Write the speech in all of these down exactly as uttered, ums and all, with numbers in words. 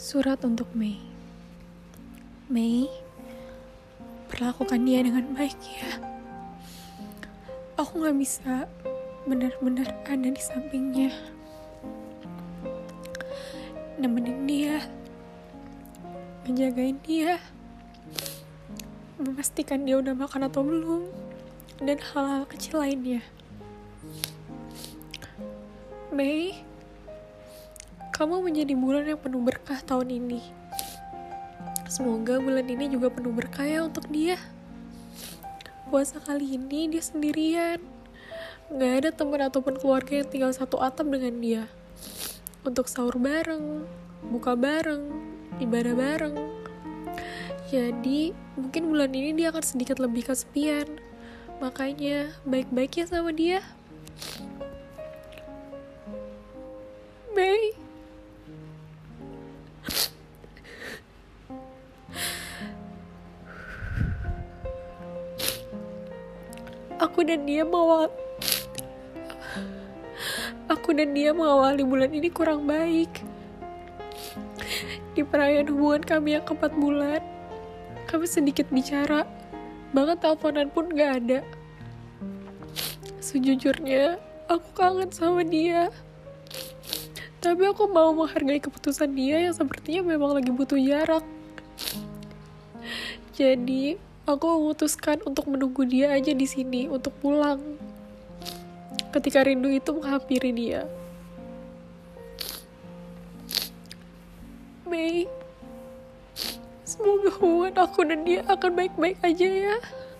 Surat untuk Mei. Mei, perlakukan dia dengan baik ya. Aku gak bisa benar-benar ada di sampingnya, nemenin dia, ngejagain dia, memastikan dia udah makan atau belum, dan hal-hal kecil lainnya. Mei, kamu menjadi bulan yang penuh berkah tahun ini. Semoga bulan ini juga penuh berkah ya untuk dia. Puasa kali ini dia sendirian. Gak ada teman ataupun keluarga yang tinggal satu atap dengan dia. Untuk sahur bareng, buka bareng, ibadah bareng. Jadi mungkin bulan ini dia akan sedikit lebih kesepian. Makanya baik-baik ya sama dia. Mei, aku dan dia mengawal aku dan dia mengawali bulan ini kurang baik. Di perayaan hubungan kami yang keempat bulan, kami sedikit bicara, bahkan teleponan pun gak ada. Sejujurnya, aku kangen sama dia. Tapi aku mau menghargai keputusan dia yang sepertinya memang lagi butuh jarak. Jadi, aku memutuskan untuk menunggu dia aja di sini untuk pulang. Ketika rindu itu menghampiri dia. Mei, semoga hubungan aku dan dia akan baik-baik aja ya.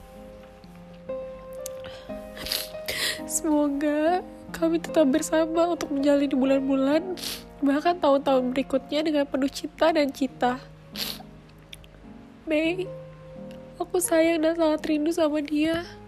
Semoga kami tetap bersama untuk menjalani bulan-bulan, bahkan tahun-tahun berikutnya dengan penuh cinta dan cita. Mei, aku sayang dan sangat rindu sama dia.